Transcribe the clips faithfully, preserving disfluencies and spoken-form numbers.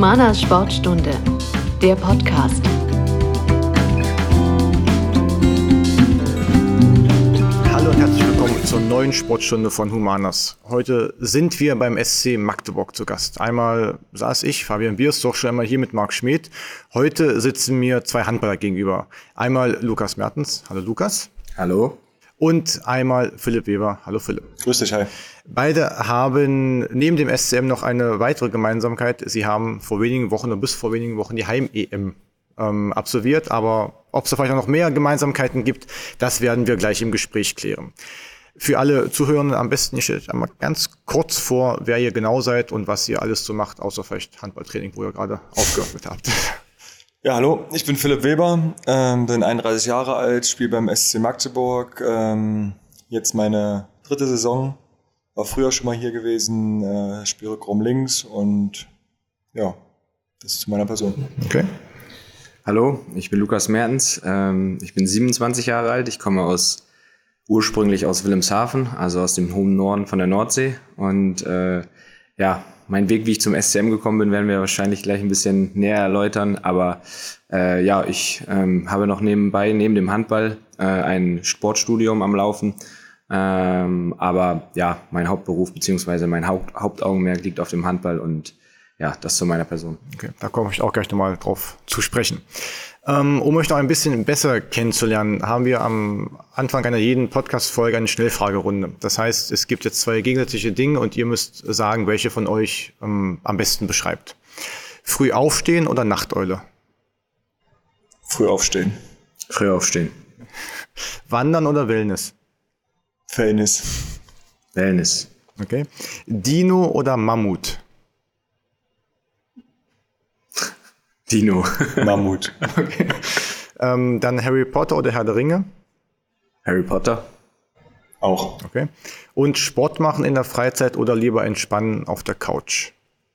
Humanas Sportstunde, der Podcast. Hallo und herzlich willkommen zur neuen Sportstunde von Humanas. Heute sind wir beim S C Magdeburg zu Gast. Einmal saß ich, Fabian Biersdorf, schon einmal hier mit Marc Schmid. Heute sitzen mir zwei Handballer gegenüber. Einmal Lukas Mertens. Hallo Lukas. Hallo. Und einmal Philipp Weber. Hallo Philipp. Grüß dich, hi. Beide haben neben dem S C M noch eine weitere Gemeinsamkeit. Sie haben vor wenigen Wochen oder bis vor wenigen Wochen die Heim-E M ähm, absolviert. Aber ob es da vielleicht auch noch mehr Gemeinsamkeiten gibt, das werden wir gleich im Gespräch klären. Für alle Zuhörenden am besten, ihr stellt einmal ganz kurz vor, wer ihr genau seid und was ihr alles so macht, außer vielleicht Handballtraining, wo ihr gerade aufgehört mit habt. Ja, hallo, ich bin Philipp Weber, ähm, bin einunddreißig Jahre alt, spiele beim S C Magdeburg, ähm, jetzt meine dritte Saison, war früher schon mal hier gewesen, äh, spiele Krumm links und ja, das ist zu meiner Person. Okay. Hallo, ich bin Lukas Mertens, ähm, ich bin siebenundzwanzig Jahre alt, ich komme aus ursprünglich aus Wilhelmshaven, also aus dem hohen Norden von der Nordsee und äh, ja, mein Weg, wie ich zum S C M gekommen bin, werden wir wahrscheinlich gleich ein bisschen näher erläutern. Aber äh, ja, ich ähm, habe noch nebenbei, neben dem Handball, äh, ein Sportstudium am Laufen. Ähm, aber ja, mein Hauptberuf bzw. mein Haupt, Hauptaugenmerk liegt auf dem Handball und ja, das zu meiner Person. Okay, da komme ich auch gleich nochmal drauf zu sprechen. Um euch noch ein bisschen besser kennenzulernen, haben wir am Anfang einer jeden Podcast-Folge eine Schnellfragerunde. Das heißt, es gibt jetzt zwei gegensätzliche Dinge und ihr müsst sagen, welche von euch um, am besten beschreibt. Früh aufstehen oder Nachteule? Früh aufstehen. Früh aufstehen. Wandern oder Wellness? Wellness. Wellness. Okay. Dino oder Mammut? Dino. Mammut. Okay. Ähm, dann Harry Potter oder Herr der Ringe? Harry Potter. Auch. Okay. Und Sport machen in der Freizeit oder lieber entspannen auf der Couch?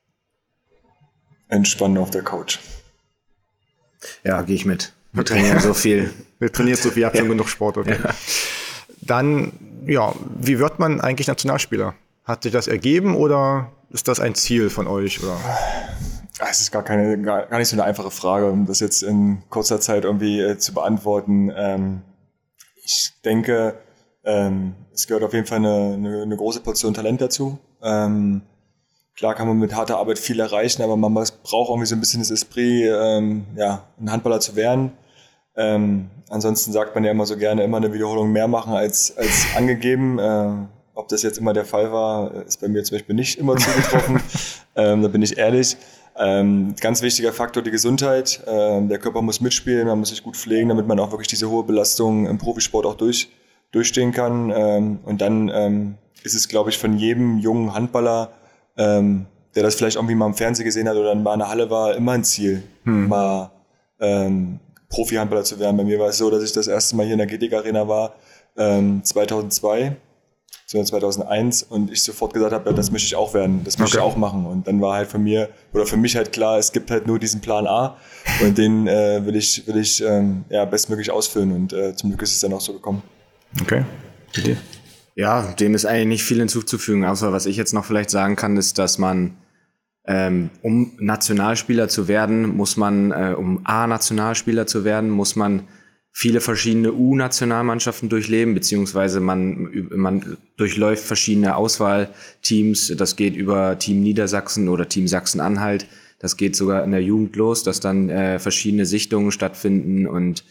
Entspannen auf der Couch. Ja, gehe ich mit. Wir trainieren so viel. Wir trainieren so viel, ihr habt schon genug Sport, okay. Ja. Dann, ja, wie wird man eigentlich Nationalspieler? Hat sich das ergeben oder ist das ein Ziel von euch, oder? Es ist gar keine, gar, gar nicht so eine einfache Frage, um das jetzt in kurzer Zeit irgendwie äh, zu beantworten. Ähm, ich denke, ähm, es gehört auf jeden Fall eine, eine, eine große Portion Talent dazu. Ähm, klar kann man mit harter Arbeit viel erreichen, aber man braucht irgendwie so ein bisschen das Esprit, ähm, ja, ein Handballer zu werden. Ähm, ansonsten sagt man ja immer so gerne, immer eine Wiederholung mehr machen als, als angegeben. Äh, ob das jetzt immer der Fall war, ist bei mir zum Beispiel nicht immer zugetroffen. ähm, da bin ich ehrlich. Ähm, ganz wichtiger Faktor, die Gesundheit. Ähm, der Körper muss mitspielen, man muss sich gut pflegen, damit man auch wirklich diese hohe Belastung im Profisport auch durch, durchstehen kann. Ähm, und dann ähm, ist es, glaube ich, von jedem jungen Handballer, ähm, der das vielleicht irgendwie mal im Fernsehen gesehen hat oder mal in der Halle war, immer ein Ziel, hm. mal ähm, Profi-Handballer zu werden. Bei mir war es so, dass ich das erste Mal hier in der G T K-Arena war, ähm, zweitausendzwei. zweitausendeins und ich sofort gesagt habe, ja, das möchte ich auch werden, das möchte okay. ich auch machen. Und dann war halt von mir oder für mich halt klar, es gibt halt nur diesen Plan A und den äh, will ich, will ich ähm, ja, bestmöglich ausfüllen und äh, zum Glück ist es dann auch so gekommen. Okay. Bitte. Ja, dem ist eigentlich nicht viel hinzuzufügen, außer was ich jetzt noch vielleicht sagen kann, ist, dass man ähm, um Nationalspieler zu werden, muss man, äh, um A-Nationalspieler zu werden, muss man viele verschiedene U-Nationalmannschaften durchleben, beziehungsweise man, man durchläuft verschiedene Auswahlteams. Das geht über Team Niedersachsen oder Team Sachsen-Anhalt. Das geht sogar in der Jugend los, dass dann äh, verschiedene Sichtungen stattfinden. Und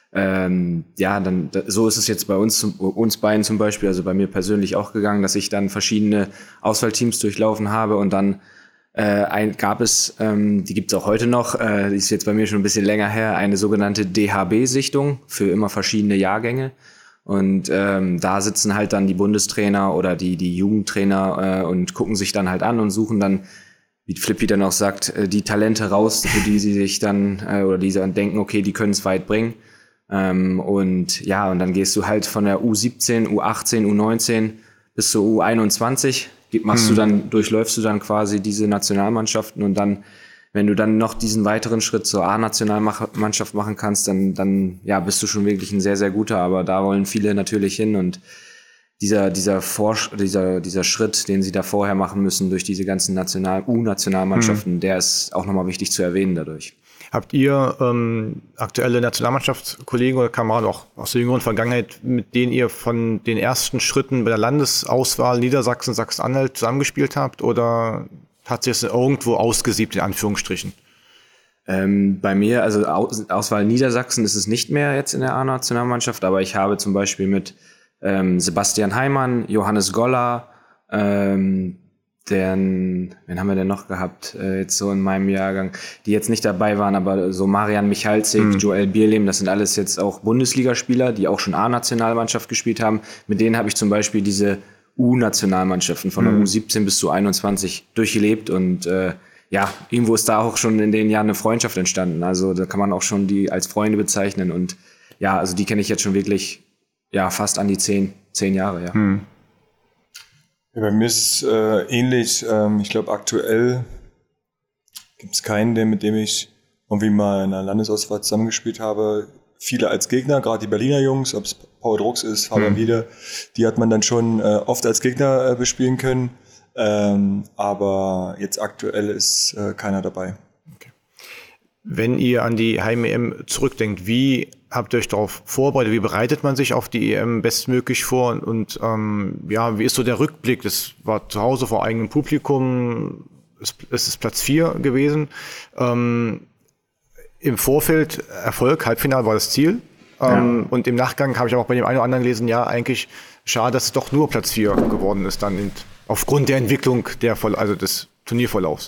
ähm, ja, dann so ist es jetzt bei uns, uns beiden zum Beispiel, also bei mir persönlich auch gegangen, dass ich dann verschiedene Auswahlteams durchlaufen habe und dann Äh, ein, gab es, ähm, die gibt es auch heute noch, äh, die ist jetzt bei mir schon ein bisschen länger her, eine sogenannte D H B-Sichtung für immer verschiedene Jahrgänge. Und ähm, da sitzen halt dann die Bundestrainer oder die, die Jugendtrainer äh, und gucken sich dann halt an und suchen dann, wie Flippi dann auch sagt, äh, die Talente raus, für die sie sich dann, äh, oder die dann denken, okay, die können es weit bringen. Ähm, und ja, und dann gehst du halt von der U siebzehn, U achtzehn, U neunzehn bis zur U einundzwanzig. Machst du dann, durchläufst du dann quasi diese Nationalmannschaften und dann, wenn du dann noch diesen weiteren Schritt zur A-Nationalmannschaft machen kannst, dann, dann, ja, bist du schon wirklich ein sehr, sehr guter, aber da wollen viele natürlich hin und dieser, dieser, Vorsch- dieser, dieser Schritt, den sie da vorher machen müssen durch diese ganzen National- U-Nationalmannschaften, mhm. der ist auch nochmal wichtig zu erwähnen dadurch. Habt ihr ähm, aktuelle Nationalmannschaftskollegen oder Kameraden auch aus der jüngeren Vergangenheit, mit denen ihr von den ersten Schritten bei der Landesauswahl Niedersachsen, Sachsen-Anhalt zusammengespielt habt oder hat sich das irgendwo ausgesiebt, in Anführungsstrichen? Ähm, bei mir, also Aus- Auswahl Niedersachsen ist es nicht mehr jetzt in der A-Nationalmannschaft, aber ich habe zum Beispiel mit ähm, Sebastian Heimann, Johannes Goller, ähm, den, wen haben wir denn noch gehabt, äh, jetzt so in meinem Jahrgang, die jetzt nicht dabei waren, aber so Marian Michalczyk, mhm. Joel Bierlehm, das sind alles jetzt auch Bundesligaspieler, die auch schon A-Nationalmannschaft gespielt haben. Mit denen habe ich zum Beispiel diese U-Nationalmannschaften von der mhm. U siebzehn bis zu einundzwanzig durchlebt und äh, ja, irgendwo ist da auch schon in den Jahren eine Freundschaft entstanden. Also da kann man auch schon die als Freunde bezeichnen und ja, also die kenne ich jetzt schon wirklich ja fast an die zehn, zehn Jahre, ja. Mhm. Ja, bei mir ist es äh, ähnlich. Ähm, ich glaube, aktuell gibt es keinen, der, mit dem ich irgendwie mal in einer Landesauswahl zusammengespielt habe. Viele als Gegner, gerade die Berliner Jungs, ob es Paul Drucks ist, Fabian mhm. Wiede, die hat man dann schon äh, oft als Gegner äh, bespielen können. Ähm, aber jetzt aktuell ist äh, keiner dabei. Okay. Wenn ihr an die Heim-E M zurückdenkt, wie habt ihr euch darauf vorbereitet? Wie bereitet man sich auf die E M bestmöglich vor? Und, und ähm, ja, wie ist so der Rückblick? Das war zu Hause vor eigenem Publikum. Es, es ist Platz vier gewesen. Ähm, Im Vorfeld Erfolg, Halbfinale war das Ziel. Ähm, ja. Und im Nachgang habe ich auch bei dem einen oder anderen gelesen, ja, eigentlich schade, dass es doch nur Platz vier geworden ist, dann in, aufgrund der Entwicklung der Voll- also des Turnierverlaufs.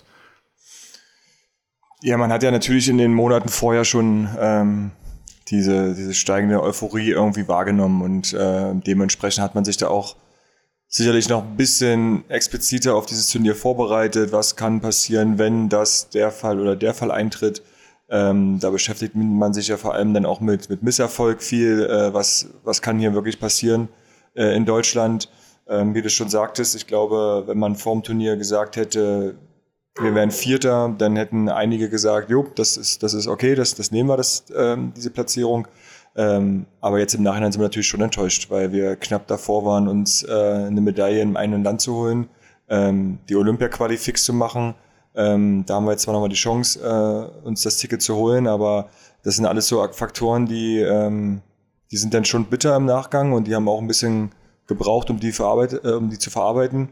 Ja, man hat ja natürlich in den Monaten vorher schon ähm, diese, diese steigende Euphorie irgendwie wahrgenommen und äh, dementsprechend hat man sich da auch sicherlich noch ein bisschen expliziter auf dieses Turnier vorbereitet. Was kann passieren, wenn das der Fall oder der Fall eintritt? Ähm, da beschäftigt man sich ja vor allem dann auch mit, mit Misserfolg viel. Äh, was, was kann hier wirklich passieren äh, in Deutschland? Ähm, wie du schon sagtest, ich glaube, wenn man vor dem Turnier gesagt hätte, wir wären Vierter, dann hätten einige gesagt, jo, das ist, das ist okay, das, das nehmen wir, das, ähm, diese Platzierung. Ähm, aber jetzt im Nachhinein sind wir natürlich schon enttäuscht, weil wir knapp davor waren, uns äh, eine Medaille im eigenen Land zu holen, ähm, die Olympia-Quali fix zu machen. Ähm, da haben wir jetzt zwar nochmal die Chance, äh, uns das Ticket zu holen, aber das sind alles so Faktoren, die, ähm, die sind dann schon bitter im Nachgang und die haben auch ein bisschen gebraucht, um die, verarbeit- äh, um die zu verarbeiten.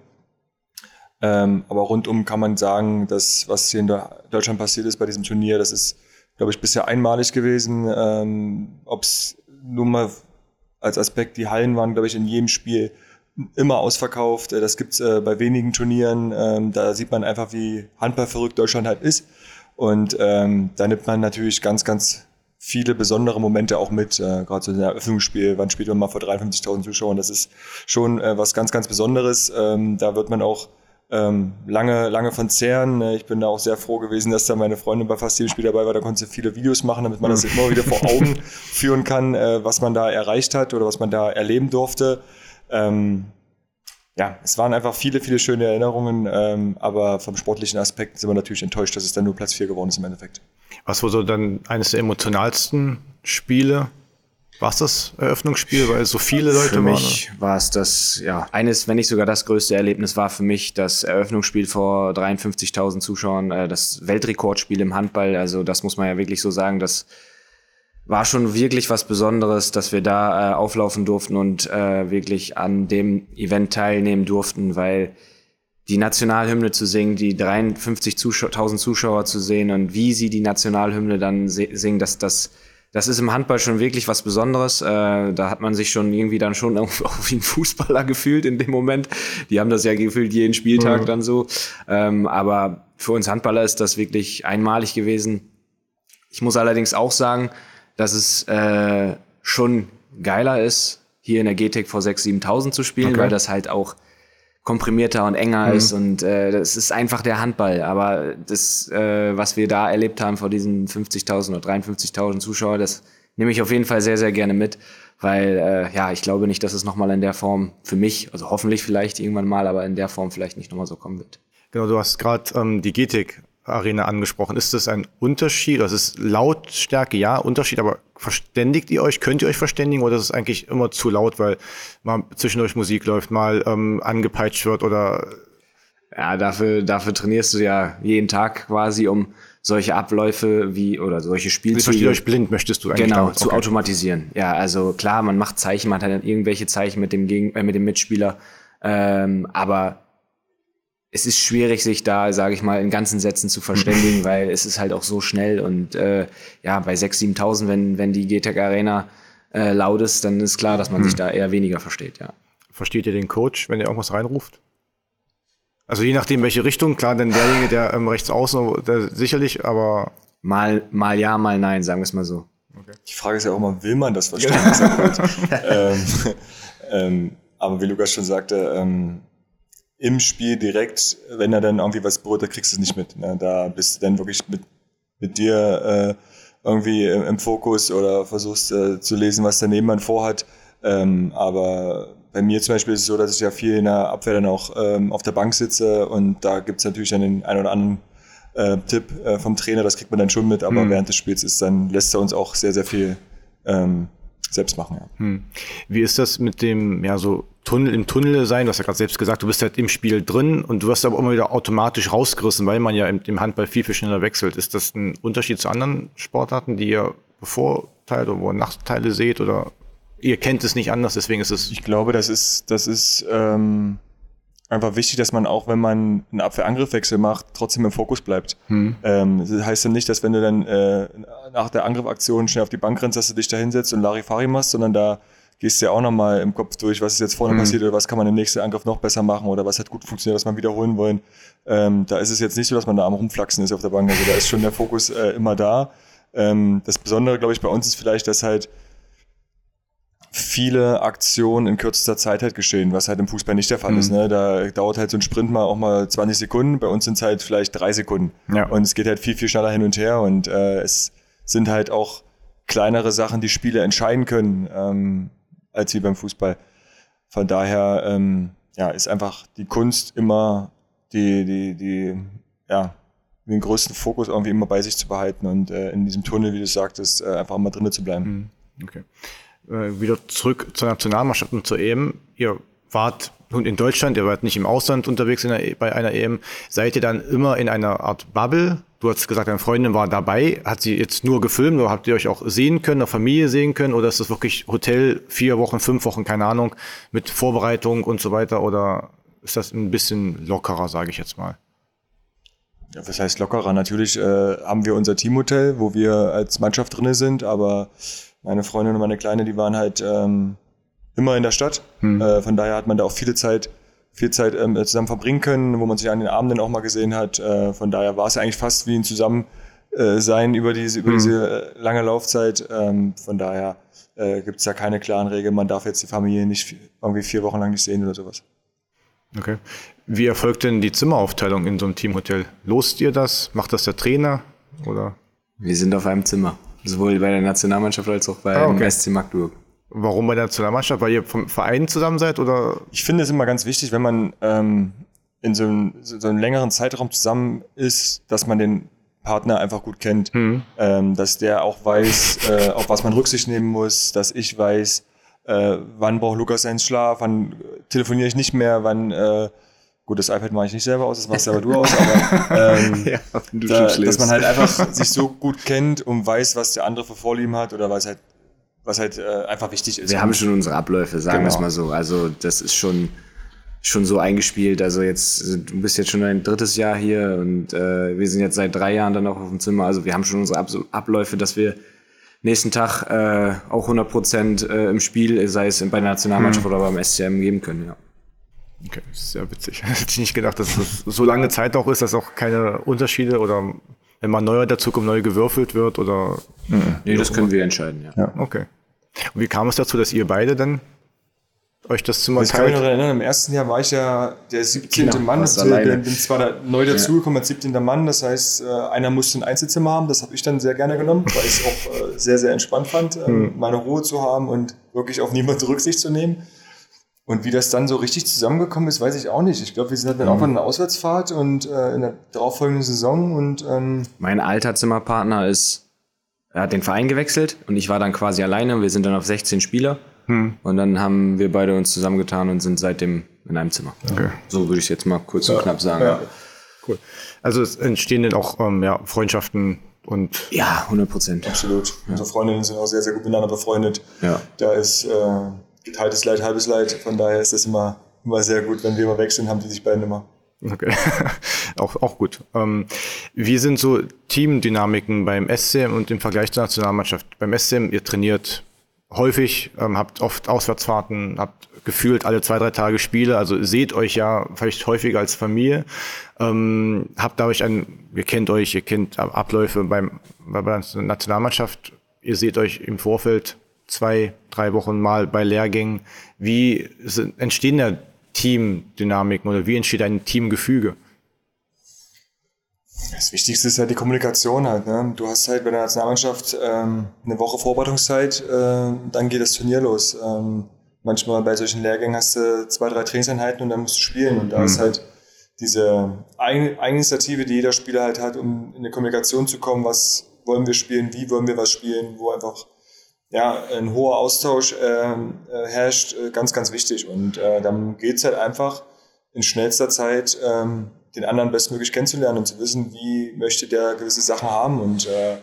Ähm, aber rundum kann man sagen, dass was hier in Deutschland passiert ist bei diesem Turnier, das ist, glaube ich, bisher einmalig gewesen. Ähm, ob es nur mal als Aspekt, die Hallen waren, glaube ich, in jedem Spiel immer ausverkauft. Das gibt's äh, bei wenigen Turnieren. Ähm, da sieht man einfach, wie handballverrückt Deutschland halt ist. Und ähm, da nimmt man natürlich ganz, ganz viele besondere Momente auch mit. Äh, gerade so in der Eröffnungsspiel, wann spielt man mal vor dreiundfünfzigtausend Zuschauern? Das ist schon äh, was ganz, ganz Besonderes. Ähm, da wird man auch Ähm, lange, lange von zehren. Ich bin da auch sehr froh gewesen, dass da meine Freundin bei fast jedem Spiel dabei war. Da konnte sie viele Videos machen, damit man das immer wieder vor Augen führen kann, äh, was man da erreicht hat oder was man da erleben durfte. Ähm, ja, es waren einfach viele, viele schöne Erinnerungen, ähm, aber vom sportlichen Aspekt sind wir natürlich enttäuscht, dass es dann nur Platz vier geworden ist im Endeffekt. Was war so dann eines der emotionalsten Spiele? War es das Eröffnungsspiel, weil so viele Leute waren? Für mich waren, war es das, ja, eines, wenn nicht sogar das größte Erlebnis war für mich das Eröffnungsspiel vor dreiundfünfzigtausend Zuschauern, äh, das Weltrekordspiel im Handball. Also das muss man ja wirklich so sagen, das war schon wirklich was Besonderes, dass wir da äh, auflaufen durften und äh, wirklich an dem Event teilnehmen durften, weil die Nationalhymne zu singen, die dreiundfünfzigtausend Zuschauer zu sehen und wie sie die Nationalhymne dann se- singen, dass das Das ist im Handball schon wirklich was Besonderes. Äh, da hat man sich schon irgendwie dann schon auch wie ein Fußballer gefühlt in dem Moment. Die haben das ja gefühlt jeden Spieltag mhm. dann so. Ähm, aber für uns Handballer ist das wirklich einmalig gewesen. Ich muss allerdings auch sagen, dass es äh, schon geiler ist, hier in der G T E C vor sechstausend, siebentausend zu spielen, okay. weil das halt auch komprimierter und enger mhm. ist und äh, das ist einfach der Handball. Aber das, äh, was wir da erlebt haben vor diesen fünfzigtausend oder dreiundfünfzigtausend Zuschauer, das nehme ich auf jeden Fall sehr, sehr gerne mit, weil äh, ja, ich glaube nicht, dass es nochmal in der Form für mich, also hoffentlich vielleicht irgendwann mal, aber in der Form vielleicht nicht nochmal so kommen wird. Genau, du hast gerade ähm, die G T E C Arena angesprochen. Ist das ein Unterschied? Das ist Lautstärke, ja, Unterschied, aber verständigt ihr euch? Könnt ihr euch verständigen oder ist es eigentlich immer zu laut, weil mal zwischendurch Musik läuft, mal ähm, angepeitscht wird oder... Ja, dafür, dafür trainierst du ja jeden Tag quasi, um solche Abläufe wie oder solche Spielzüge. Ich verstehe euch blind, möchtest du eigentlich Genau, damit? zu Okay. automatisieren. Ja, also klar, man macht Zeichen, man hat dann irgendwelche Zeichen mit dem Gegen äh, mit dem Mitspieler, ähm, aber es ist schwierig, sich da, sage ich mal, in ganzen Sätzen zu verständigen, weil es ist halt auch so schnell und äh, ja, bei sechstausend, siebentausend, wenn wenn die G T E C Arena äh, laut ist, dann ist klar, dass man hm. sich da eher weniger versteht, ja. Versteht ihr den Coach, wenn er irgendwas reinruft? Also je nachdem, welche Richtung, klar, denn derjenige, der ähm, rechts außen, der sicherlich, aber... Mal, mal ja, mal nein, sagen wir es mal so. Okay. Die Frage ist ja auch mal, will man das verstehen, was er kommt? ähm, ähm, aber wie Lukas schon sagte, ähm, im Spiel direkt, wenn er dann irgendwie was berührt, da kriegst du es nicht mit. Ne? Da bist du dann wirklich mit, mit dir äh, irgendwie im, im Fokus oder versuchst äh, zu lesen, was der Nebenmann vorhat. Ähm, aber bei mir zum Beispiel ist es so, dass ich ja viel in der Abwehr dann auch ähm, auf der Bank sitze und da gibt es natürlich dann den einen oder anderen äh, Tipp äh, vom Trainer, das kriegt man dann schon mit, aber mhm. während des Spiels ist dann, lässt er uns auch sehr, sehr viel ähm, selbst machen. Ja. Hm. Wie ist das mit dem, ja, so Tunnel im Tunnel sein? Du hast ja gerade selbst gesagt, du bist halt im Spiel drin und du wirst aber immer wieder automatisch rausgerissen, weil man ja im, im Handball viel, viel schneller wechselt. Ist das ein Unterschied zu anderen Sportarten, die ihr bevorteilt oder wo ihr Nachteile seht oder ihr kennt es nicht anders, deswegen ist es... Ich glaube, das ist, das ist ähm, einfach wichtig, dass man auch, wenn man einen Abwehr-Angriffwechsel macht, trotzdem im Fokus bleibt. Hm. Ähm, das heißt dann nicht, dass wenn du dann äh, nach der Angriffaktion schnell auf die Bank rennst, dass du dich da hinsetzt und Larifari machst, sondern da gehst du ja auch nochmal im Kopf durch, was ist jetzt vorne hm. passiert oder was kann man im nächsten Angriff noch besser machen oder was hat gut funktioniert, was man wiederholen wollen. Ähm, da ist es jetzt nicht so, dass man da am Rumflaxen ist auf der Bank, also da ist schon der Fokus äh, immer da. Ähm, das Besondere, glaube ich, bei uns ist vielleicht, dass halt viele Aktionen in kürzester Zeit halt geschehen, was halt im Fußball nicht der Fall mhm. ist. Ne? Da dauert halt so ein Sprint mal auch mal zwanzig Sekunden, bei uns sind es halt vielleicht drei Sekunden. Ja. Und es geht halt viel, viel schneller hin und her und äh, es sind halt auch kleinere Sachen, die Spiele entscheiden können, ähm, als wie beim Fußball. Von daher ähm, ja, ist einfach die Kunst immer die, die, die, ja, den größten Fokus irgendwie immer bei sich zu behalten und äh, in diesem Tunnel, wie du sagtest, äh, einfach immer drinnen zu bleiben. Okay. Äh, wieder zurück zur Nationalmannschaft und zur E M. Ihr wart nun in Deutschland, ihr wart nicht im Ausland unterwegs in der, bei einer E M. Seid ihr dann immer in einer Art Bubble? Du hast gesagt, deine Freundin war dabei. Hat sie jetzt nur gefilmt oder habt ihr euch auch sehen können, der Familie sehen können? Oder ist das wirklich Hotel, vier Wochen, fünf Wochen, keine Ahnung, mit Vorbereitung und so weiter? Oder ist das ein bisschen lockerer, sage ich jetzt mal? Ja, was heißt lockerer? Natürlich äh, haben wir unser Teamhotel, wo wir als Mannschaft drin sind, aber meine Freundin und meine Kleine, die waren halt ähm, immer in der Stadt. Hm. Äh, von daher hat man da auch viele Zeit, viel Zeit ähm, zusammen verbringen können, wo man sich an den Abenden auch mal gesehen hat. Äh, von daher war es eigentlich fast wie ein Zusammensein über diese, über hm. diese äh, lange Laufzeit. Ähm, von daher äh, gibt es da keine klaren Regeln. Man darf jetzt die Familie nicht irgendwie vier Wochen lang nicht sehen oder sowas. Okay. Wie erfolgt denn die Zimmeraufteilung in so einem Teamhotel? Lost ihr das? Macht das der Trainer? Oder? Wir sind auf einem Zimmer. Sowohl bei der Nationalmannschaft als auch bei ah, okay. dem S C Magdeburg. Warum bei der Nationalmannschaft? Weil ihr vom Verein zusammen seid? Oder? Ich finde es immer ganz wichtig, wenn man ähm, in so einem, so einem längeren Zeitraum zusammen ist, dass man den Partner einfach gut kennt. Mhm. Ähm, dass der auch weiß, äh, auf was man Rücksicht nehmen muss, dass ich weiß, äh, wann braucht Lukas seinen Schlaf, wann telefoniere ich nicht mehr, wann äh, gut, das iPad mache ich nicht selber aus, das machst aber du aus, aber ähm, ja, du da, dass man halt einfach sich so gut kennt und weiß, was der andere für Vorlieben hat oder was halt, was halt äh, einfach wichtig ist. Wir haben schon unsere Abläufe, sagen wir es mal so. Also das ist schon, schon so eingespielt. Also jetzt, du bist jetzt schon ein drittes Jahr hier und äh, wir sind jetzt seit drei Jahren dann auch auf dem Zimmer. Also wir haben schon unsere Ab- Abläufe, dass wir nächsten Tag äh, auch hundert Prozent äh, im Spiel, sei es bei der Nationalmannschaft mhm. oder beim S C M, geben können, ja. Okay, das ist sehr witzig. Hätte ich nicht gedacht, dass das so lange Zeit auch ist, dass auch keine Unterschiede oder wenn man neu dazu kommt, neu gewürfelt wird oder... Mhm. Nee, das können wir entscheiden, ja. ja. Okay. Und wie kam es dazu, dass ihr beide dann euch das Zimmer teilt? Ich kann mich noch erinnern, im ersten Jahr war ich ja der siebzehnte Genau, Mann. Ich bin zwar da neu dazugekommen als siebzehnter Mann, das heißt, einer musste ein Einzelzimmer haben, das habe ich dann sehr gerne genommen, weil ich es auch sehr, sehr entspannt fand, mhm. meine Ruhe zu haben und wirklich auf niemanden Rücksicht zu nehmen. Und wie das dann so richtig zusammengekommen ist, weiß ich auch nicht. Ich glaube, wir sind halt dann auch von einer Auswärtsfahrt und äh, in der darauffolgenden Saison und ähm mein alter Zimmerpartner ist, er hat den Verein gewechselt und ich war dann quasi alleine. Wir sind dann auf sechzehn Spieler hm. und dann haben wir beide uns zusammengetan und sind seitdem in einem Zimmer. Okay. So würde ich jetzt mal kurz ja. und knapp sagen. Ja. Cool. Also es entstehen dann auch ähm, ja, Freundschaften und... Ja, hundert Prozent. Absolut. Ja. Unsere Freundinnen sind auch sehr, sehr gut miteinander befreundet. Ja. Da ist... Äh, geteiltes Leid, halbes Leid. Von daher ist das immer, immer sehr gut. Wenn wir immer wechseln, haben die sich beiden immer. Okay, auch, auch gut. Ähm, wie sind so Teamdynamiken beim S C M und im Vergleich zur Nationalmannschaft? Beim S C M, ihr trainiert häufig, ähm, habt oft Auswärtsfahrten, habt gefühlt alle zwei, drei Tage Spiele, also seht euch ja vielleicht häufiger als Familie. Ähm, habt dadurch ein, ihr kennt euch, ihr kennt Abläufe beim, bei der Nationalmannschaft, ihr seht euch im Vorfeld zwei, drei Wochen mal bei Lehrgängen. Wie sind, entstehen da Teamdynamiken oder wie entsteht ein Teamgefüge? Das Wichtigste ist halt die Kommunikation halt. Ne? Du hast halt bei der Nationalmannschaft ähm, eine Woche Vorbereitungszeit, äh, dann geht das Turnier los. Ähm, manchmal bei solchen Lehrgängen hast du zwei, drei Trainingseinheiten und dann musst du spielen. Und da mhm. ist halt diese Eigeninitiative, die jeder Spieler halt hat, um in eine Kommunikation zu kommen, was wollen wir spielen, wie wollen wir was spielen, wo einfach ja, ein hoher Austausch äh, äh, herrscht, äh, ganz, ganz wichtig. Und äh, dann geht es halt einfach in schnellster Zeit, ähm, den anderen bestmöglich kennenzulernen und zu wissen, wie möchte der gewisse Sachen haben. Und äh,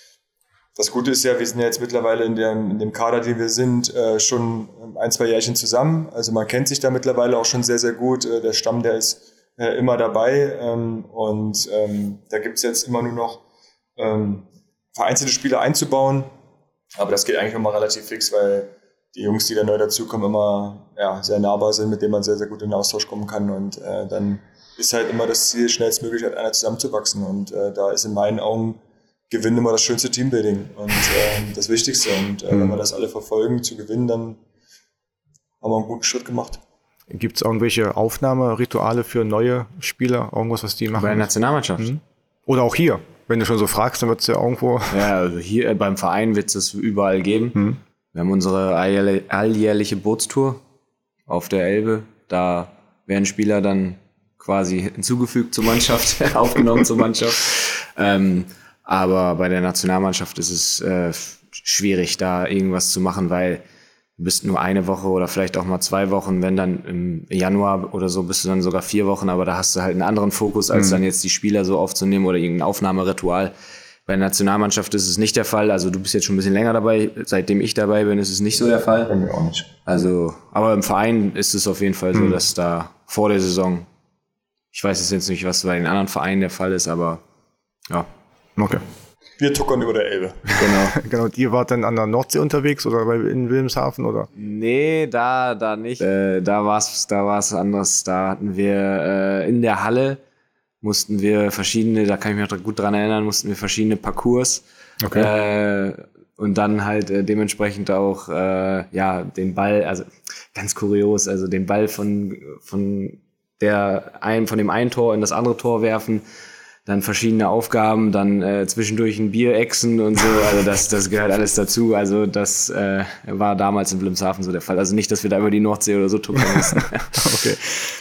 das Gute ist ja, wir sind ja jetzt mittlerweile in dem, in dem Kader, den wir sind, äh, schon ein, zwei Jährchen zusammen. Also man kennt sich da mittlerweile auch schon sehr, sehr gut. Äh, der Stamm, der ist äh, immer dabei. Ähm, und ähm, da gibt es jetzt immer nur noch ähm, vereinzelte Spieler einzubauen. Aber das geht eigentlich immer relativ fix, weil die Jungs, die da neu dazukommen, immer ja, sehr nahbar sind, mit denen man sehr, sehr gut in den Austausch kommen kann. Und äh, dann ist halt immer das Ziel, schnellstmöglich halt einer zusammenzuwachsen. Und äh, da ist in meinen Augen Gewinn immer das schönste Teambuilding und äh, das Wichtigste. Und äh, mhm. wenn wir das alle verfolgen, zu gewinnen, dann haben wir einen guten Schritt gemacht. Gibt es irgendwelche Aufnahmerituale für neue Spieler? Irgendwas, was die machen? Bei der Nationalmannschaft? Mhm. Oder auch hier? Wenn du schon so fragst, dann wird es ja irgendwo... Ja, also hier beim Verein wird es das überall geben. Hm. Wir haben unsere alljährliche Bootstour auf der Elbe. Da werden Spieler dann quasi hinzugefügt zur Mannschaft, aufgenommen zur Mannschaft. Ähm, aber bei der Nationalmannschaft ist es äh, schwierig, da irgendwas zu machen, weil du bist nur eine Woche oder vielleicht auch mal zwei Wochen, wenn dann im Januar oder so bist du dann sogar vier Wochen, aber da hast du halt einen anderen Fokus, als mhm. dann jetzt die Spieler so aufzunehmen oder irgendein Aufnahmeritual. Bei der Nationalmannschaft ist es nicht der Fall, also du bist jetzt schon ein bisschen länger dabei, seitdem ich dabei bin, ist es nicht so der Fall. Bei mir auch nicht. Also, aber im Verein ist es auf jeden Fall so, mhm. dass da vor der Saison, ich weiß jetzt nicht, was bei den anderen Vereinen der Fall ist, aber ja. Okay. Wir tuckern über der Elbe. Genau. Genau. Und ihr wart dann an der Nordsee unterwegs oder in Wilhelmshaven, oder? Nee, da, da nicht. Äh, da war's, da war's anders. Da hatten wir äh, in der Halle mussten wir verschiedene, da kann ich mich noch gut dran erinnern, mussten wir verschiedene Parcours. Okay. Äh, und dann halt äh, dementsprechend auch äh, ja den Ball, also ganz kurios, also den Ball von von der ein von dem einen Tor in das andere Tor werfen. Dann verschiedene Aufgaben, dann äh, zwischendurch ein Bier exen und so, also das, das gehört alles dazu. Also das äh, war damals in Wilhelmshaven so der Fall. Also nicht, dass wir da über die Nordsee oder so tuckern mussten. Okay.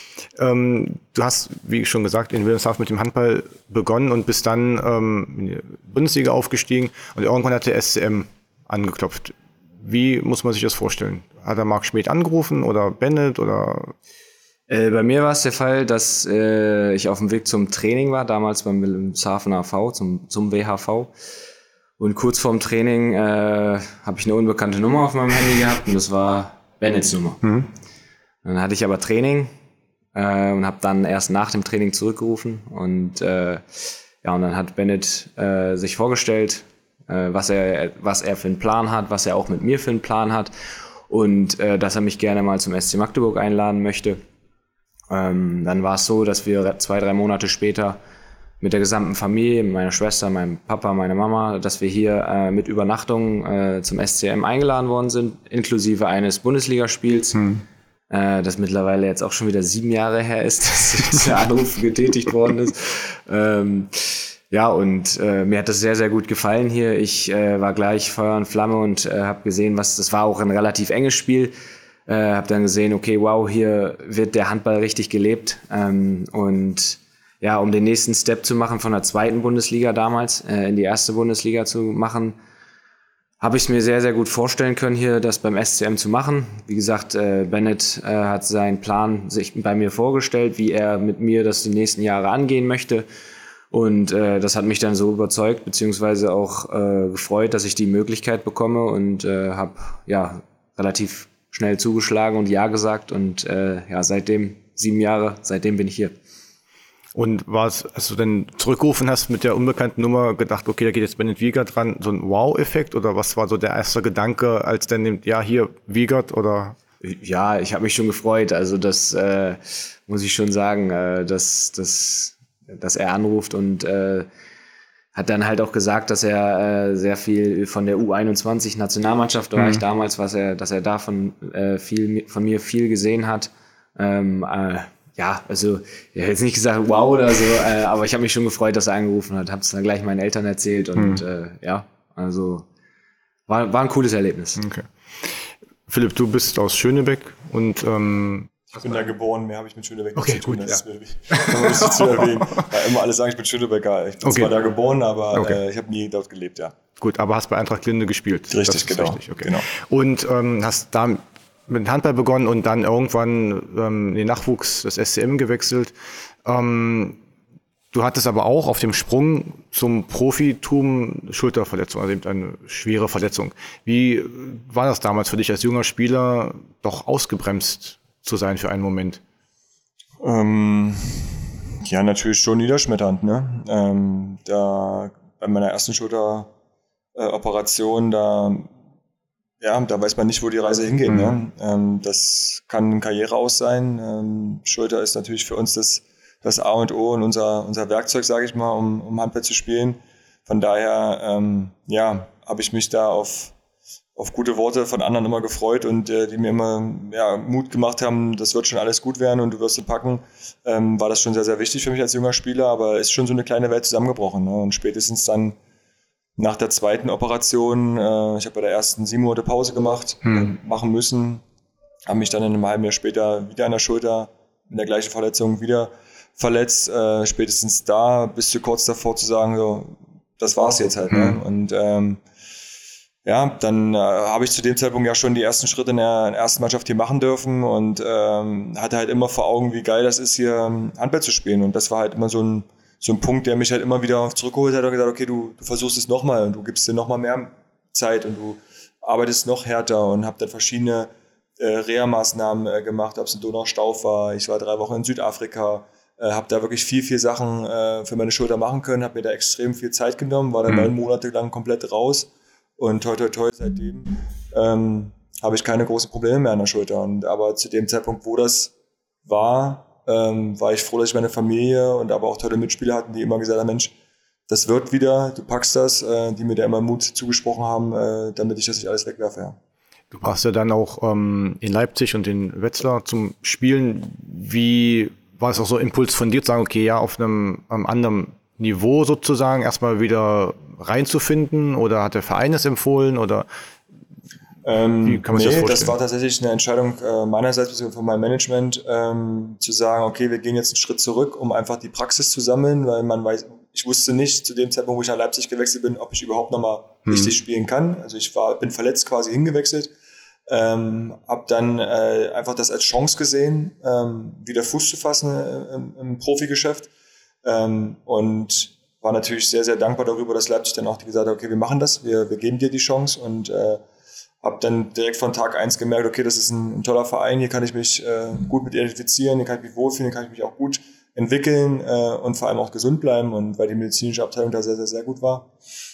Ähm, du hast, wie schon gesagt, in Wilhelmshaven mit dem Handball begonnen und bist dann ähm, in die Bundesliga aufgestiegen und irgendwann hat der S C M angeklopft. Wie muss man sich das vorstellen? Hat er Marc Schmidt angerufen oder Bennett oder... Äh, bei mir war es der Fall, dass äh, ich auf dem Weg zum Training war, damals beim Wilhelmshavener V, zum, zum W H V. Und kurz vorm Training äh, habe ich eine unbekannte Nummer auf meinem Handy gehabt und das war Bennetts Nummer. Mhm. Dann hatte ich aber Training äh, und habe dann erst nach dem Training zurückgerufen. Und äh, ja, und dann hat Bennett äh, sich vorgestellt, äh, was er, was er für einen Plan hat, was er auch mit mir für einen Plan hat und äh, dass er mich gerne mal zum S C Magdeburg einladen möchte. Ähm, dann war es so, dass wir zwei, drei Monate später mit der gesamten Familie, meiner Schwester, meinem Papa, meiner Mama, dass wir hier äh, mit Übernachtung äh, zum S C M eingeladen worden sind, inklusive eines Bundesligaspiels, hm. äh, das mittlerweile jetzt auch schon wieder sieben Jahre her ist, dass der Anruf getätigt worden ist. Ähm, ja, und äh, mir hat das sehr, sehr gut gefallen hier. Ich äh, war gleich Feuer und Flamme und äh, habe gesehen, was das war auch ein relativ enges Spiel. Äh, habe dann gesehen, okay, wow, hier wird der Handball richtig gelebt. Ähm, und ja, um den nächsten Step zu machen von der zweiten Bundesliga damals äh, in die erste Bundesliga zu machen, habe ich es mir sehr, sehr gut vorstellen können, hier das beim S C M zu machen. Wie gesagt, äh, Bennett äh, hat seinen Plan sich bei mir vorgestellt, wie er mit mir das die nächsten Jahre angehen möchte. Und äh, das hat mich dann so überzeugt, beziehungsweise auch äh, gefreut, dass ich die Möglichkeit bekomme und äh, habe ja relativ schnell zugeschlagen und Ja gesagt. Und äh, ja, seitdem, sieben Jahre, seitdem bin ich hier. Und war es, als du dann zurückgerufen hast mit der unbekannten Nummer, gedacht, okay, da geht jetzt Bennett Wiegert dran, so ein Wow-Effekt? Oder was war so der erste Gedanke, als dann nimmt, ja, hier Wiegert oder? Ja, ich habe mich schon gefreut. Also das äh, muss ich schon sagen, äh, dass, dass, dass er anruft und äh, hat dann halt auch gesagt, dass er äh, sehr viel von der U einundzwanzig Nationalmannschaft, da war Mhm. ich damals, was er, dass er davon äh, viel von mir viel gesehen hat. Ähm, äh, Ja, also ich habe jetzt nicht gesagt wow oder so, äh, aber ich habe mich schon gefreut, dass er angerufen hat. Habe es dann gleich meinen Eltern erzählt und Hm. äh, ja, also war, war ein cooles Erlebnis. Okay. Philipp, du bist aus Schönebeck und ähm, Ich bin da geboren, mehr habe ich mit Schönebeck Okay, nichts zu tun. gut, Das ja. ist mir wichtig. Kann man wichtig zu erwähnen. Weil immer alle sagen, ich bin Schönebecker. Ich bin Okay. zwar da geboren, aber Okay. äh, ich habe nie dort gelebt, ja. gut, aber hast bei Eintracht Linde gespielt. Richtig, Das ist genau. Richtig, okay. Genau. Und ähm, hast da mit Handball begonnen und dann irgendwann ähm, in den Nachwuchs des S C M gewechselt. Ähm, du hattest aber auch auf dem Sprung zum Profitum Schulterverletzung, also eben eine schwere Verletzung. Wie war das damals für dich als junger Spieler, doch ausgebremst zu sein für einen Moment? Ähm, ja, natürlich schon niederschmetternd, ne? Ähm, da bei meiner ersten Schulteroperation, da, ja, da weiß man nicht, wo die Reise hingeht. Mhm. Ne? Ähm, das kann ein Karriere aus sein. Ähm, Schulter ist natürlich für uns das, das A und O und unser, unser Werkzeug, sage ich mal, um, um Handball zu spielen. Von daher, ähm, ja, habe ich mich da auf auf gute Worte von anderen immer gefreut und äh, die mir immer ja, Mut gemacht haben, das wird schon alles gut werden und du wirst es packen, ähm, war das schon sehr, sehr wichtig für mich als junger Spieler, aber ist schon so eine kleine Welt zusammengebrochen. Ne? Und spätestens dann nach der zweiten Operation, äh, ich habe bei der ersten sieben Monate Pause gemacht, Hm. äh, machen müssen, habe mich dann in einem halben Jahr später wieder an der Schulter mit der gleichen Verletzung wieder verletzt. Äh, spätestens da bist du kurz davor zu sagen, so, das war's jetzt halt. Hm. Ne? Und ähm, ja, dann äh, habe ich zu dem Zeitpunkt ja schon die ersten Schritte in der ersten Mannschaft hier machen dürfen und ähm, hatte halt immer vor Augen, wie geil das ist, hier ähm, Handball zu spielen. Und das war halt immer so ein, so ein Punkt, der mich halt immer wieder zurückgeholt hat und gesagt, okay, du, du versuchst es nochmal und du gibst dir nochmal mehr Zeit und du arbeitest noch härter und habe dann verschiedene äh, Reha-Maßnahmen äh, gemacht, ob es in Donaustauf war. Ich war drei Wochen in Südafrika, äh, habe da wirklich viel, viel Sachen äh, für meine Schulter machen können, habe mir da extrem viel Zeit genommen, war dann Mhm. neun Monate lang komplett raus. Und toi, toi, toi, seitdem ähm, habe ich keine großen Probleme mehr an der Schulter. Und, aber zu dem Zeitpunkt, wo das war, ähm, war ich froh, dass ich meine Familie und aber auch tolle Mitspieler hatten, die immer gesagt haben, Mensch, das wird wieder, du packst das, äh, die mir da immer Mut zugesprochen haben, äh, damit ich das nicht alles wegwerfe. Ja. Du warst ja dann auch ähm, in Leipzig und in Wetzlar zum Spielen. Wie war es auch so Impuls von dir zu sagen, okay, ja, auf einem, einem anderen Niveau sozusagen erstmal wieder reinzufinden oder hat der Verein es empfohlen oder Ähm, wie kann man sich nee, das vorstellen? das war tatsächlich eine Entscheidung äh, meinerseits bzw. von meinem Management, ähm, zu sagen, okay, wir gehen jetzt einen Schritt zurück, um einfach die Praxis zu sammeln, weil man weiß, ich wusste nicht zu dem Zeitpunkt, wo ich nach Leipzig gewechselt bin, ob ich überhaupt nochmal Hm. richtig spielen kann. Also ich war, bin verletzt quasi hingewechselt, ähm, habe dann äh, einfach das als Chance gesehen, ähm, wieder Fuß zu fassen äh, im, im Profigeschäft, ähm, und war natürlich sehr, sehr dankbar darüber, dass Leipzig dann auch gesagt hat, okay, wir machen das, wir, wir geben dir die Chance und äh, habe dann direkt von Tag eins gemerkt, okay, das ist ein, ein toller Verein, hier kann ich mich äh, gut mit identifizieren, hier kann ich mich wohlfühlen, hier kann ich mich auch gut entwickeln äh, und vor allem auch gesund bleiben, und weil die medizinische Abteilung da sehr, sehr, sehr gut war.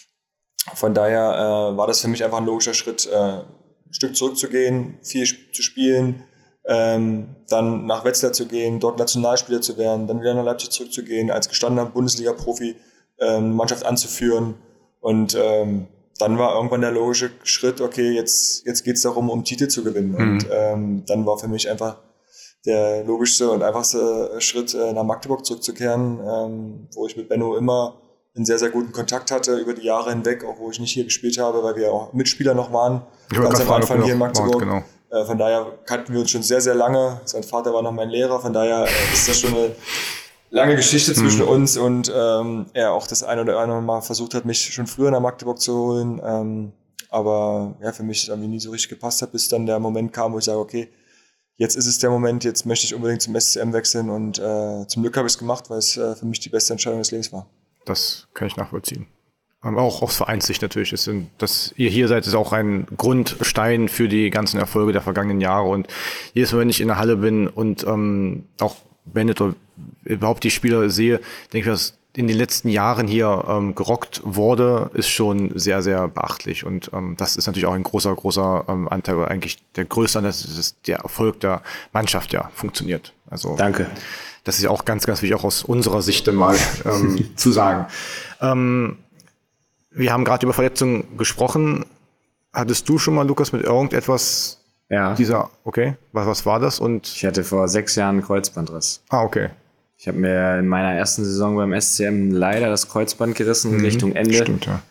Von daher äh, war das für mich einfach ein logischer Schritt, äh, ein Stück zurückzugehen, viel sp- zu spielen, ähm, dann nach Wetzlar zu gehen, dort Nationalspieler zu werden, dann wieder nach Leipzig zurückzugehen, als gestandener Bundesliga-Profi ähm, Mannschaft anzuführen, und ähm, dann war irgendwann der logische Schritt, okay, jetzt, jetzt geht es darum, um Titel zu gewinnen. Mhm. Und ähm, dann war für mich einfach der logischste und einfachste Schritt, äh, nach Magdeburg zurückzukehren, ähm, wo ich mit Benno immer einen sehr, sehr guten Kontakt hatte über die Jahre hinweg, auch wo ich nicht hier gespielt habe, weil wir auch Mitspieler noch waren, Ich wollte ganz gerade am fragen, Anfang ob du hier in noch- Magdeburg. genau. Äh, von daher kannten wir uns schon sehr, sehr lange. Sein Vater war noch mein Lehrer, von daher äh, ist das schon eine lange Geschichte zwischen mhm. uns und ähm, er auch das ein oder andere Mal versucht hat, mich schon früher nach Magdeburg zu holen. Ähm, aber ja, für mich irgendwie nie so richtig gepasst hat, bis dann der Moment kam, wo ich sage, okay, jetzt ist es der Moment, jetzt möchte ich unbedingt zum S C M wechseln und äh, zum Glück habe ich es gemacht, weil es äh, für mich die beste Entscheidung des Lebens war. Das kann ich nachvollziehen. Aber auch aus Vereinssicht natürlich. Ist, dass ihr hier seid, ist auch ein Grundstein für die ganzen Erfolge der vergangenen Jahre. Und jedes Mal, wenn ich in der Halle bin und ähm, auch Bennett oder überhaupt die Spieler sehe, denke ich, dass in den letzten Jahren hier ähm, gerockt wurde, ist schon sehr, sehr beachtlich. Und ähm, das ist natürlich auch ein großer, großer ähm, Anteil, oder eigentlich der größte Anteil, dass der Erfolg der Mannschaft ja funktioniert. Also danke. Das ist ja auch ganz, ganz wichtig, auch aus unserer Sicht mal ähm, zu sagen. Ähm, wir haben gerade über Verletzungen gesprochen. Hattest du schon mal, Lukas, mit irgendetwas ja. dieser, okay, was, was war das? Und ich hatte vor sechs Jahren einen Kreuzbandriss. Ah, okay. Ich habe mir in meiner ersten Saison beim S C M leider das Kreuzband gerissen, mhm. Richtung Ende. Stimmt, ja.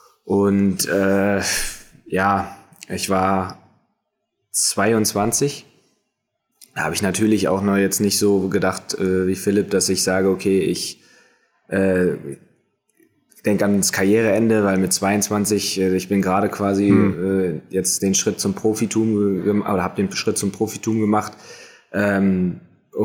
Und äh, ja, ich war zweiundzwanzig. Da habe ich natürlich auch noch jetzt nicht so gedacht äh, wie Philipp, dass ich sage, okay, ich äh, denke ans Karriereende, weil mit zweiundzwanzig, äh, ich bin gerade quasi mhm. äh, jetzt den Schritt zum Profitum ge- oder habe den Schritt zum Profitum gemacht. Ähm,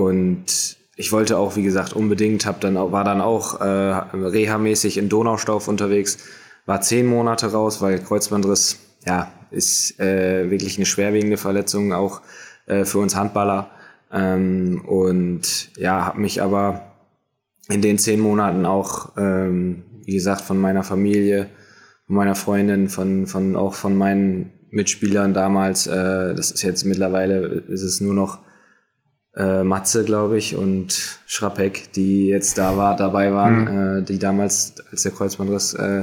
und ich wollte auch, wie gesagt, unbedingt, hab dann auch, war dann auch äh, reha-mäßig in Donaustauf unterwegs, war zehn Monate raus, weil Kreuzbandriss, ja, ist äh, wirklich eine schwerwiegende Verletzung, auch äh, für uns Handballer. Ähm, und ja, habe mich aber in den zehn Monaten auch, ähm, wie gesagt, von meiner Familie, von meiner Freundin, von, von auch von meinen Mitspielern damals, äh, das ist jetzt mittlerweile, ist es nur noch Äh, Matze, glaube ich, und Schrapek, die jetzt da war, dabei waren, mhm. äh, die damals, als der Kreuzbandriss äh,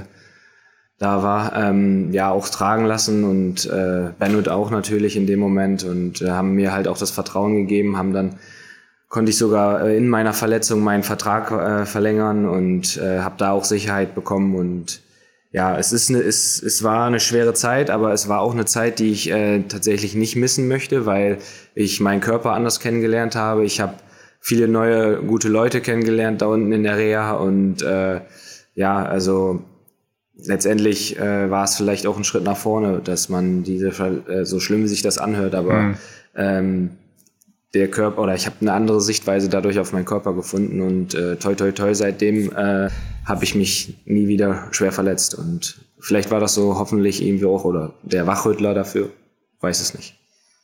da war, ähm, ja auch tragen lassen und äh, Bennett auch natürlich in dem Moment und äh, haben mir halt auch das Vertrauen gegeben, haben dann, konnte ich sogar äh, in meiner Verletzung meinen Vertrag äh, verlängern und äh, habe da auch Sicherheit bekommen und ja, es ist eine, es, es war eine schwere Zeit, aber es war auch eine Zeit, die ich äh, tatsächlich nicht missen möchte, weil ich meinen Körper anders kennengelernt habe. Ich habe viele neue, gute Leute kennengelernt da unten in der Reha und äh, ja, also letztendlich äh, war es vielleicht auch ein Schritt nach vorne, dass man diese, äh, so schlimm wie sich das anhört, aber mhm. ähm, der Körper, oder ich habe eine andere Sichtweise dadurch auf meinen Körper gefunden und äh, toi toi toi, seitdem äh, habe ich mich nie wieder schwer verletzt und vielleicht war das so hoffentlich irgendwie auch, oder der Wachrüttler dafür, weiß es nicht.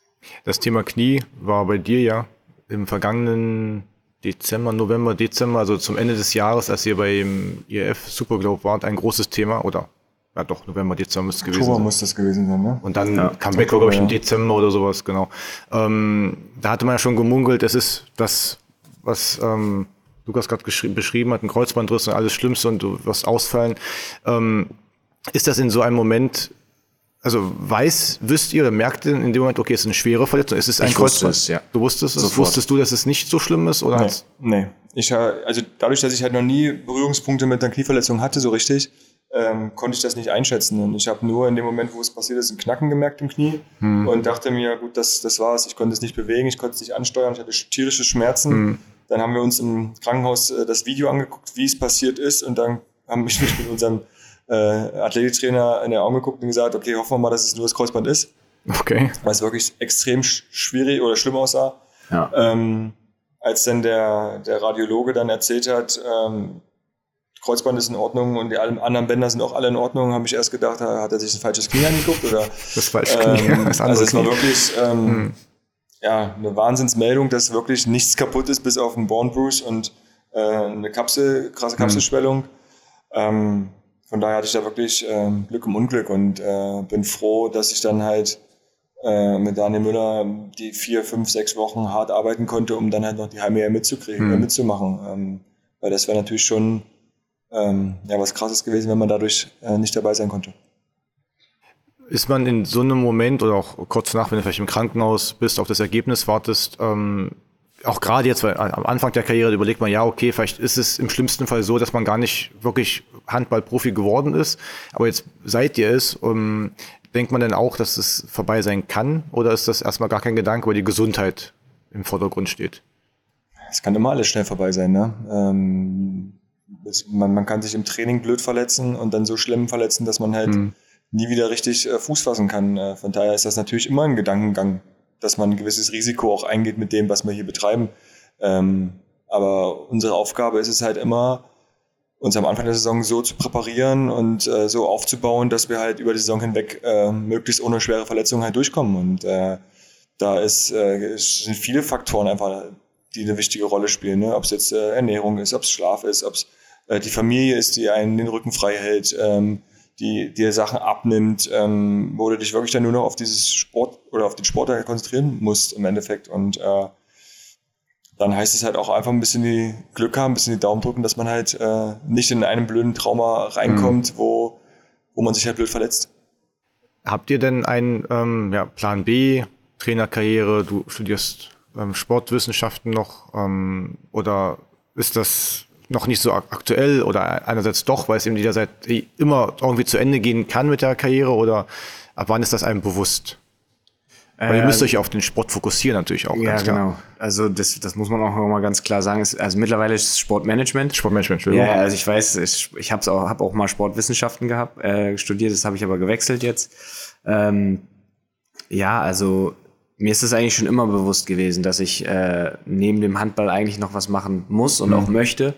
Das Thema Knie war bei dir ja im vergangenen Dezember, November, Dezember, also zum Ende des Jahres, als ihr beim I F Super Globe wart, ein großes Thema, oder? Ja doch, November, Dezember müsste es gewesen Oktober sein. muss das gewesen sein, ne? Und dann ja, kam Becker, glaube ich, im Dezember oder sowas, genau. Ähm, da hatte man ja schon gemunkelt, es ist das, was ähm, Lukas gerade beschrieben hat, ein Kreuzbandriss und alles Schlimmste und du wirst ausfallen. Ähm, ist das in so einem Moment, also weiß, wisst ihr oder merkt ihr in dem Moment, okay, es ist eine schwere Verletzung, es ist ein ich Kreuzband? Es, ja. Du wusstest es? Sofort. Wusstest du, dass es nicht so schlimm ist? Oder nee, nee. Ich, also dadurch, dass ich halt noch nie Berührungspunkte mit einer Knieverletzung hatte, so richtig, ähm, konnte ich das nicht einschätzen. Und ich habe nur in dem Moment, wo es passiert ist, ein Knacken gemerkt im Knie hm. und dachte mir, gut, das, das war's. Ich konnte es nicht bewegen, ich konnte es nicht ansteuern, ich hatte tierische Schmerzen. Hm. Dann haben wir uns im Krankenhaus äh, das Video angeguckt, wie es passiert ist, und dann haben wir mich mit unserem äh, Athletiktrainer in die Augen geguckt und gesagt, okay, hoffen wir mal, dass es nur das Kreuzband ist. Okay. Weil es wirklich extrem schwierig oder schlimm aussah. Ja. Ähm, als dann der, der Radiologe dann erzählt hat, ähm, Kreuzband ist in Ordnung und die anderen Bänder sind auch alle in Ordnung, habe ich erst gedacht, hat er sich ein falsches Knie angeguckt? Oder, das falsche Knie, ähm, das andere Also es war Knie. wirklich ähm, hm. ja, eine Wahnsinnsmeldung, dass wirklich nichts kaputt ist, bis auf einen Bone Bruise und äh, eine Kapsel, krasse Kapselschwellung. Hm. Ähm, von daher hatte ich da wirklich ähm, Glück im Unglück und äh, bin froh, dass ich dann halt äh, mit Daniel Müller die vier, fünf, sechs Wochen hart arbeiten konnte, um dann halt noch die Heim-E M mitzukriegen, hm. äh, mitzumachen. Ähm, weil das wäre natürlich schon ähm, ja, was Krasses gewesen, wenn man dadurch äh, nicht dabei sein konnte. Ist man in so einem Moment oder auch kurz nach, wenn du vielleicht im Krankenhaus bist, auf das Ergebnis wartest, ähm, auch gerade jetzt, weil am Anfang der Karriere überlegt man, ja, okay, vielleicht ist es im schlimmsten Fall so, dass man gar nicht wirklich Handballprofi geworden ist, aber jetzt seid ihr es. Um, denkt man denn auch, dass es vorbei sein kann? Oder ist das erstmal gar kein Gedanke, weil die Gesundheit im Vordergrund steht? Es kann immer alles schnell vorbei sein, ne? Ähm, es, man, man kann sich im Training blöd verletzen und dann so schlimm verletzen, dass man halt mhm. nie wieder richtig äh, Fuß fassen kann. Äh, von daher ist das natürlich immer ein Gedankengang, dass man ein gewisses Risiko auch eingeht mit dem, was wir hier betreiben. Ähm, aber unsere Aufgabe ist es halt immer, uns am Anfang der Saison so zu präparieren und äh, so aufzubauen, dass wir halt über die Saison hinweg äh, möglichst ohne schwere Verletzungen halt durchkommen. Und äh, da ist, äh, es sind viele Faktoren einfach, die eine wichtige Rolle spielen. Ne? Ob es jetzt äh, Ernährung ist, ob es Schlaf ist, ob es äh, die Familie ist, die einen den Rücken frei hält, ähm, die dir Sachen abnimmt, ähm, wo du dich wirklich dann nur noch auf dieses Sport oder auf den Sport konzentrieren musst im Endeffekt. Und äh, dann heißt es halt auch einfach ein bisschen die Glück haben, ein bisschen die Daumen drücken, dass man halt äh, nicht in einen blöden Trauma reinkommt, mhm. wo, wo man sich halt blöd verletzt. Habt ihr denn einen ähm, ja, Plan B, Trainerkarriere, du studierst ähm, Sportwissenschaften noch ähm, oder ist das noch nicht so aktuell oder einerseits doch, weil es eben jederzeit immer irgendwie zu Ende gehen kann mit der Karriere oder ab wann ist das einem bewusst? Weil ihr müsst euch auf den Sport fokussieren natürlich auch. Ja, ganz klar. Genau. Also das, das muss man auch mal ganz klar sagen. Also mittlerweile ist es Sportmanagement. Sportmanagement, Entschuldigung. Ja, also ich weiß, ich, ich habe auch, hab auch mal Sportwissenschaften gehabt, äh, studiert, das habe ich aber gewechselt jetzt. Ähm, ja, also mir ist es eigentlich schon immer bewusst gewesen, dass ich äh, neben dem Handball eigentlich noch was machen muss und mhm. auch möchte.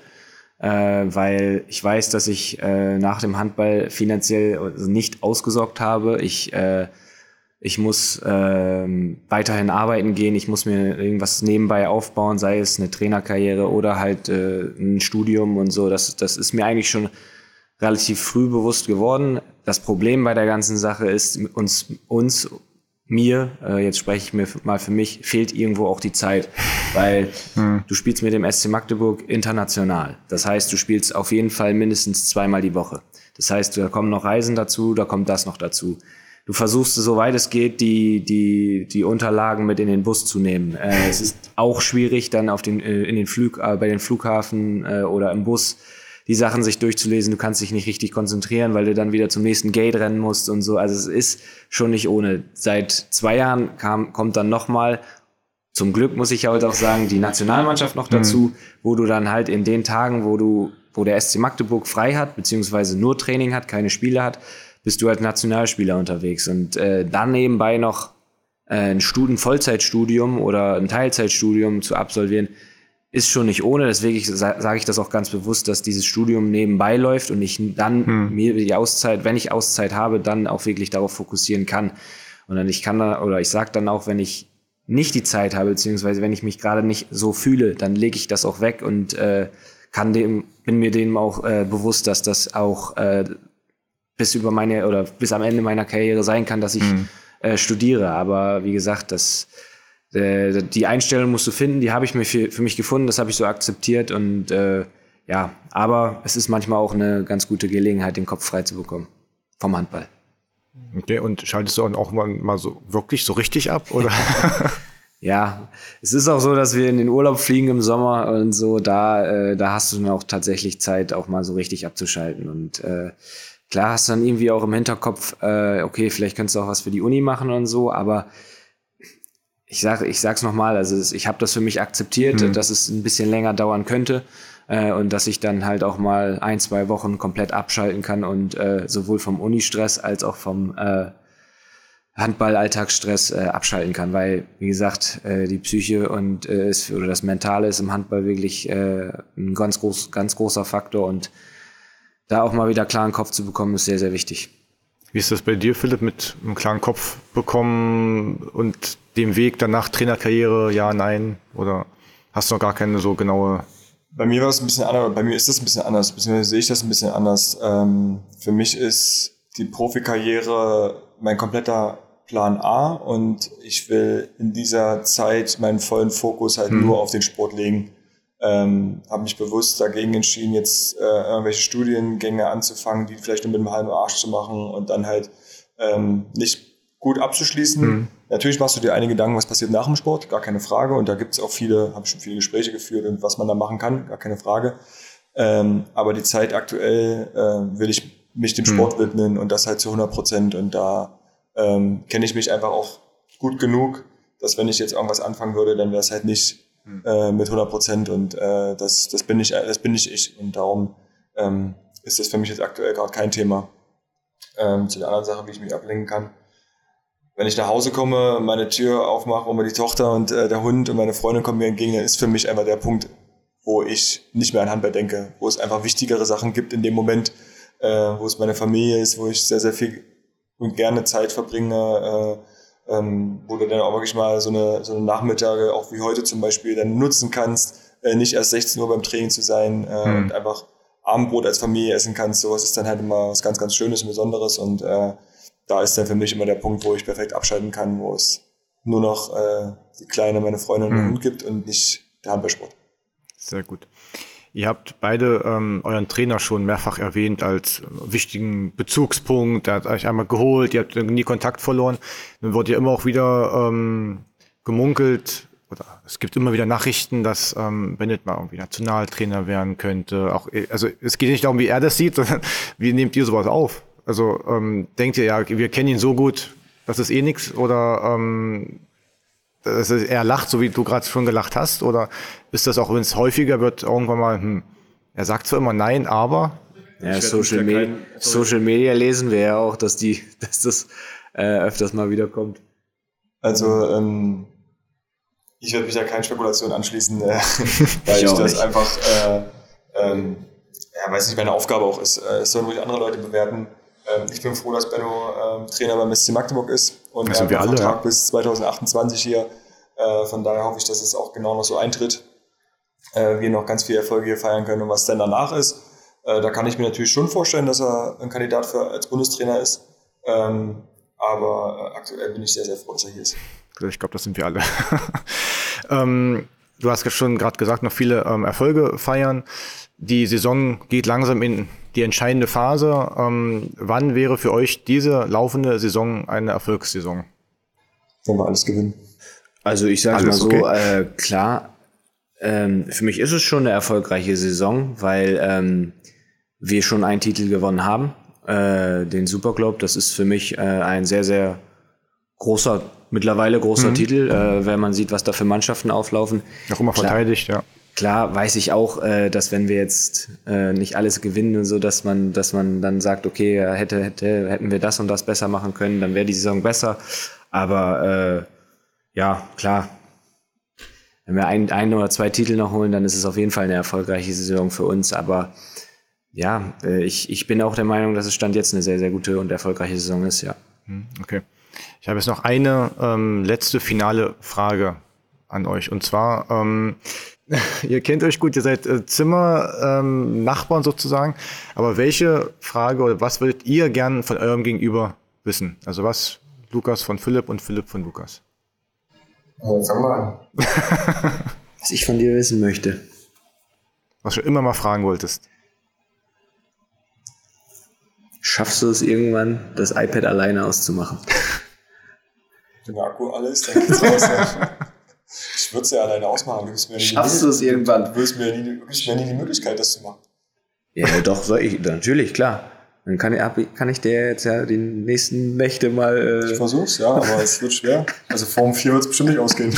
Äh, weil ich weiß, dass ich äh, nach dem Handball finanziell nicht ausgesorgt habe. Ich äh, Ich muss äh, weiterhin arbeiten gehen, ich muss mir irgendwas nebenbei aufbauen, sei es eine Trainerkarriere oder halt äh, ein Studium und so. Das, das ist mir eigentlich schon relativ früh bewusst geworden. Das Problem bei der ganzen Sache ist, uns, uns mir, äh, jetzt spreche ich mir mal für mich, fehlt irgendwo auch die Zeit, weil hm. du spielst mit dem S C Magdeburg international. Das heißt, du spielst auf jeden Fall mindestens zweimal die Woche. Das heißt, da kommen noch Reisen dazu, da kommt das noch dazu. Du versuchst, soweit es geht, die, die, die Unterlagen mit in den Bus zu nehmen. Äh, es ist auch schwierig, dann auf den, äh, in den Flug, äh, bei den Flughafen äh, oder im Bus die Sachen sich durchzulesen. Du kannst dich nicht richtig konzentrieren, weil du dann wieder zum nächsten Gate rennen musst und so. Also es ist schon nicht ohne. Seit zwei Jahren kam, kommt dann nochmal, zum Glück muss ich halt auch sagen, die Nationalmannschaft noch dazu, mhm. wo du dann halt in den Tagen, wo du, wo der S C Magdeburg frei hat, beziehungsweise nur Training hat, keine Spiele hat, bist du als Nationalspieler unterwegs und äh, dann nebenbei noch äh, ein Studen Vollzeitstudium oder ein Teilzeitstudium zu absolvieren, ist schon nicht ohne. Deswegen sa- sage ich das auch ganz bewusst, dass dieses Studium nebenbei läuft und ich dann hm. mir die Auszeit, wenn ich Auszeit habe, dann auch wirklich darauf fokussieren kann. Und dann ich kann da, oder ich sage dann auch, wenn ich nicht die Zeit habe, beziehungsweise wenn ich mich gerade nicht so fühle, dann lege ich das auch weg und äh, kann dem, bin mir dem auch äh, bewusst, dass das auch äh, bis über meine oder bis am Ende meiner Karriere sein kann, dass ich mhm. äh, studiere. Aber wie gesagt, das, äh, die Einstellung musst du finden, die habe ich mir für, für mich gefunden, das habe ich so akzeptiert und äh, ja, aber es ist manchmal auch eine ganz gute Gelegenheit, den Kopf frei zu bekommen vom Handball. Okay, und schaltest du auch mal, mal so wirklich so richtig ab, oder? Ja, es ist auch so, dass wir in den Urlaub fliegen im Sommer und so, da, äh, da hast du dann auch tatsächlich Zeit, auch mal so richtig abzuschalten und äh, klar hast du dann irgendwie auch im Hinterkopf, äh, okay, vielleicht könntest du auch was für die Uni machen und so, aber ich sag, ich sag's nochmal, also ich habe das für mich akzeptiert, mhm. dass es ein bisschen länger dauern könnte äh, und dass ich dann halt auch mal ein, zwei Wochen komplett abschalten kann und äh, sowohl vom Unistress als auch vom äh, Handball-Alltagsstress äh, abschalten kann, weil, wie gesagt, äh, die Psyche und äh, ist, oder das Mentale ist im Handball wirklich äh, ein ganz groß, ganz großer Faktor und da auch mal wieder klaren Kopf zu bekommen, ist sehr, sehr wichtig. Wie ist das bei dir, Philipp, mit einem klaren Kopf bekommen und dem Weg danach Trainerkarriere, ja, nein? Oder hast du noch gar keine so genaue... Bei mir war es ein bisschen anders, bei mir ist das ein bisschen anders, beziehungsweise sehe ich das ein bisschen anders. Ähm, für mich ist die Profikarriere mein kompletter Plan A und ich will in dieser Zeit meinen vollen Fokus halt hm. nur auf den Sport legen. Ähm, habe mich bewusst dagegen entschieden, jetzt äh, irgendwelche Studiengänge anzufangen, die vielleicht nur mit einem halben Arsch zu machen und dann halt ähm, nicht gut abzuschließen. Mhm. Natürlich machst du dir einige Gedanken, was passiert nach dem Sport, gar keine Frage. Und da gibt es auch viele, habe ich schon viele Gespräche geführt und was man da machen kann, gar keine Frage. Ähm, aber die Zeit aktuell äh, will ich mich dem Sport mhm. widmen und das halt zu hundert Prozent. Und da ähm, kenne ich mich einfach auch gut genug, dass wenn ich jetzt irgendwas anfangen würde, dann wäre es halt nicht äh, mit hundert Prozent und äh, das, das bin ich, das bin nicht ich und darum ähm, ist das für mich jetzt aktuell gerade kein Thema. Ähm, zu der anderen Sache, wie ich mich ablenken kann. Wenn ich nach Hause komme, meine Tür aufmache und mir die Tochter und äh, der Hund und meine Freundin kommen mir entgegen, dann ist für mich einfach der Punkt, wo ich nicht mehr an Handball denke, wo es einfach wichtigere Sachen gibt in dem Moment, äh, wo es meine Familie ist, wo ich sehr, sehr viel und gerne Zeit verbringe, äh, ähm, wo du dann auch wirklich mal so eine, so eine Nachmittage, auch wie heute zum Beispiel, dann nutzen kannst, äh, nicht erst sechzehn Uhr beim Training zu sein äh, mhm. und einfach Abendbrot als Familie essen kannst. Sowas ist dann halt immer was ganz, ganz Schönes und Besonderes und äh, da ist dann für mich immer der Punkt, wo ich perfekt abschalten kann, wo es nur noch äh, die Kleine, meine Freundin und mhm. den Hund gibt und nicht der Handballsport. Sehr gut. Ihr habt beide ähm, euren Trainer schon mehrfach erwähnt als wichtigen Bezugspunkt. Der hat euch einmal geholt, ihr habt nie Kontakt verloren. Dann wurde ja immer auch wieder ähm, gemunkelt, oder es gibt immer wieder Nachrichten, dass ähm, Bennett mal irgendwie Nationaltrainer werden könnte. Auch, also es geht nicht darum, wie er das sieht, sondern wie nehmt ihr sowas auf? Also ähm, denkt ihr, ja, wir kennen ihn so gut, das ist eh nix? Oder ähm, dass er lacht, so wie du gerade schon gelacht hast? Oder ist das auch, wenn es häufiger wird, irgendwann mal, hm, er sagt zwar immer nein, aber... Ja, Social, Me- kein, Social Media lesen wir ja auch, dass, die, dass das äh, öfters mal wiederkommt. Also ähm, ich werde mich da keine Spekulation anschließen, äh, weil ich, ich das nicht. einfach, äh, ähm, ja, weiß nicht, meine Aufgabe auch ist. Äh, es sollen ruhig andere Leute bewerten. Ähm, ich bin froh, dass Benno äh, Trainer beim S C Magdeburg ist und das er hat einen alle, Vertrag ja. bis zwanzig achtundzwanzig hier. Äh, von daher hoffe ich, dass es auch genau noch so eintritt. Äh, wir noch ganz viele Erfolge hier feiern können und was dann danach ist. Äh, da kann ich mir natürlich schon vorstellen, dass er ein Kandidat für als Bundestrainer ist. Ähm, aber äh, aktuell bin ich sehr, sehr froh, dass er hier ist. Ich glaube, das sind wir alle. ähm, du hast ja schon gerade gesagt, noch viele ähm, Erfolge feiern. Die Saison geht langsam in die entscheidende Phase. Ähm, wann wäre für euch diese laufende Saison eine Erfolgssaison? Wenn wir alles gewinnen. Also ich sage mal so, okay. äh, klar, ähm, für mich ist es schon eine erfolgreiche Saison, weil ähm, wir schon einen Titel gewonnen haben, äh, den Superglobe. Das ist für mich äh, ein sehr, sehr großer, mittlerweile großer mhm. Titel, äh, wenn man sieht, was da für Mannschaften auflaufen. Auch immer klar, verteidigt, ja. Klar weiß ich auch, äh, dass wenn wir jetzt äh, nicht alles gewinnen und so, dass man, dass man dann sagt, okay, hätte, hätte, hätten wir das und das besser machen können, dann wäre die Saison besser. Aber äh, ja, klar. Wenn wir ein, ein oder zwei Titel noch holen, dann ist es auf jeden Fall eine erfolgreiche Saison für uns. Aber ja, äh, ich, ich bin auch der Meinung, dass es Stand jetzt eine sehr, sehr gute und erfolgreiche Saison ist, ja. Okay. Ich habe jetzt noch eine ähm, letzte finale Frage an euch. Und zwar, ähm, ihr kennt euch gut, ihr seid äh, Zimmer-Nachbarn ähm, sozusagen. Aber welche Frage oder was würdet ihr gern von eurem Gegenüber wissen? Also was Lukas von Philipp und Philipp von Lukas? Oh, fang mal an. Was ich von dir wissen möchte. Was du immer mal fragen wolltest. Schaffst du es irgendwann, das iPad alleine auszumachen? Wenn der Akku alle ist, dann geht's raus. Ja. Ich würde es ja alleine ausmachen. Du mir Schaffst du es irgendwann? Du wirst mir, nie, gibst mir nie die Möglichkeit, das zu machen. Ja, doch, soll ich, natürlich, klar. Dann kann ich, kann ich dir jetzt ja die nächsten Nächte mal... Äh ich versuch's, ja, aber es wird schwer. Also Form vier wird es bestimmt nicht ausgehen.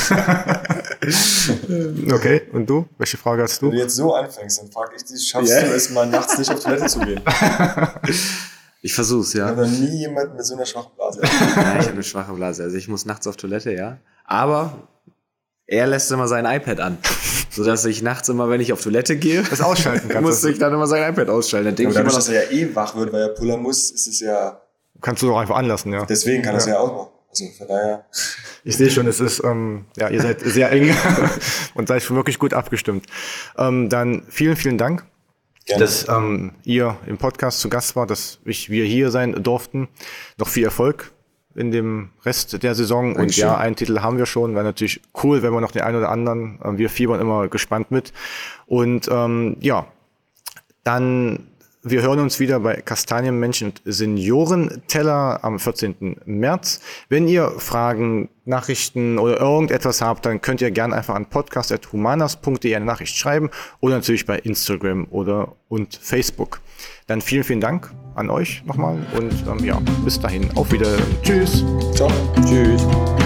Okay, und du? Welche Frage hast du? Wenn du jetzt so anfängst, dann frage ich dich, schaffst yeah. du es mal nachts nicht auf Toilette zu gehen? Ich versuch's, ja. Ich habe noch nie jemanden mit so einer schwachen Blase. Ja, ich habe eine schwache Blase. Also ich muss nachts auf Toilette, ja. Aber er lässt immer sein iPad an. Sodass ich nachts immer, wenn ich auf Toilette gehe, das ausschalten kann. muss ich dann immer sein iPad ausschalten. Dann denke ich immer, dass er ja eh wach wird, weil er pullern muss, ist es ja... Kannst du doch einfach anlassen, ja. Deswegen kann er es ja. ja auch machen. Also von daher... Ich sehe schon, es ist, ähm, ja, ihr seid sehr eng und seid schon wirklich gut abgestimmt. Ähm, dann vielen, vielen Dank, Gerne. dass ähm, ihr im Podcast zu Gast wart, dass ich, wir hier sein durften. Noch viel Erfolg in dem Rest der Saison. Dankeschön. Und ja, einen Titel haben wir schon. Wäre natürlich cool, wenn wir noch den einen oder anderen, äh, wir fiebern immer gespannt mit. Und ähm, ja, dann Wir hören uns wieder bei Kastanienmenschen und Seniorenteller am vierzehnten März. Wenn ihr Fragen, Nachrichten oder irgendetwas habt, dann könnt ihr gerne einfach an podcast at humanas punkt de eine Nachricht schreiben oder natürlich bei Instagram oder und Facebook. Dann vielen, vielen Dank an euch nochmal und ähm, ja, bis dahin. Auf Wiedersehen. Tschüss. Ciao. Tschüss.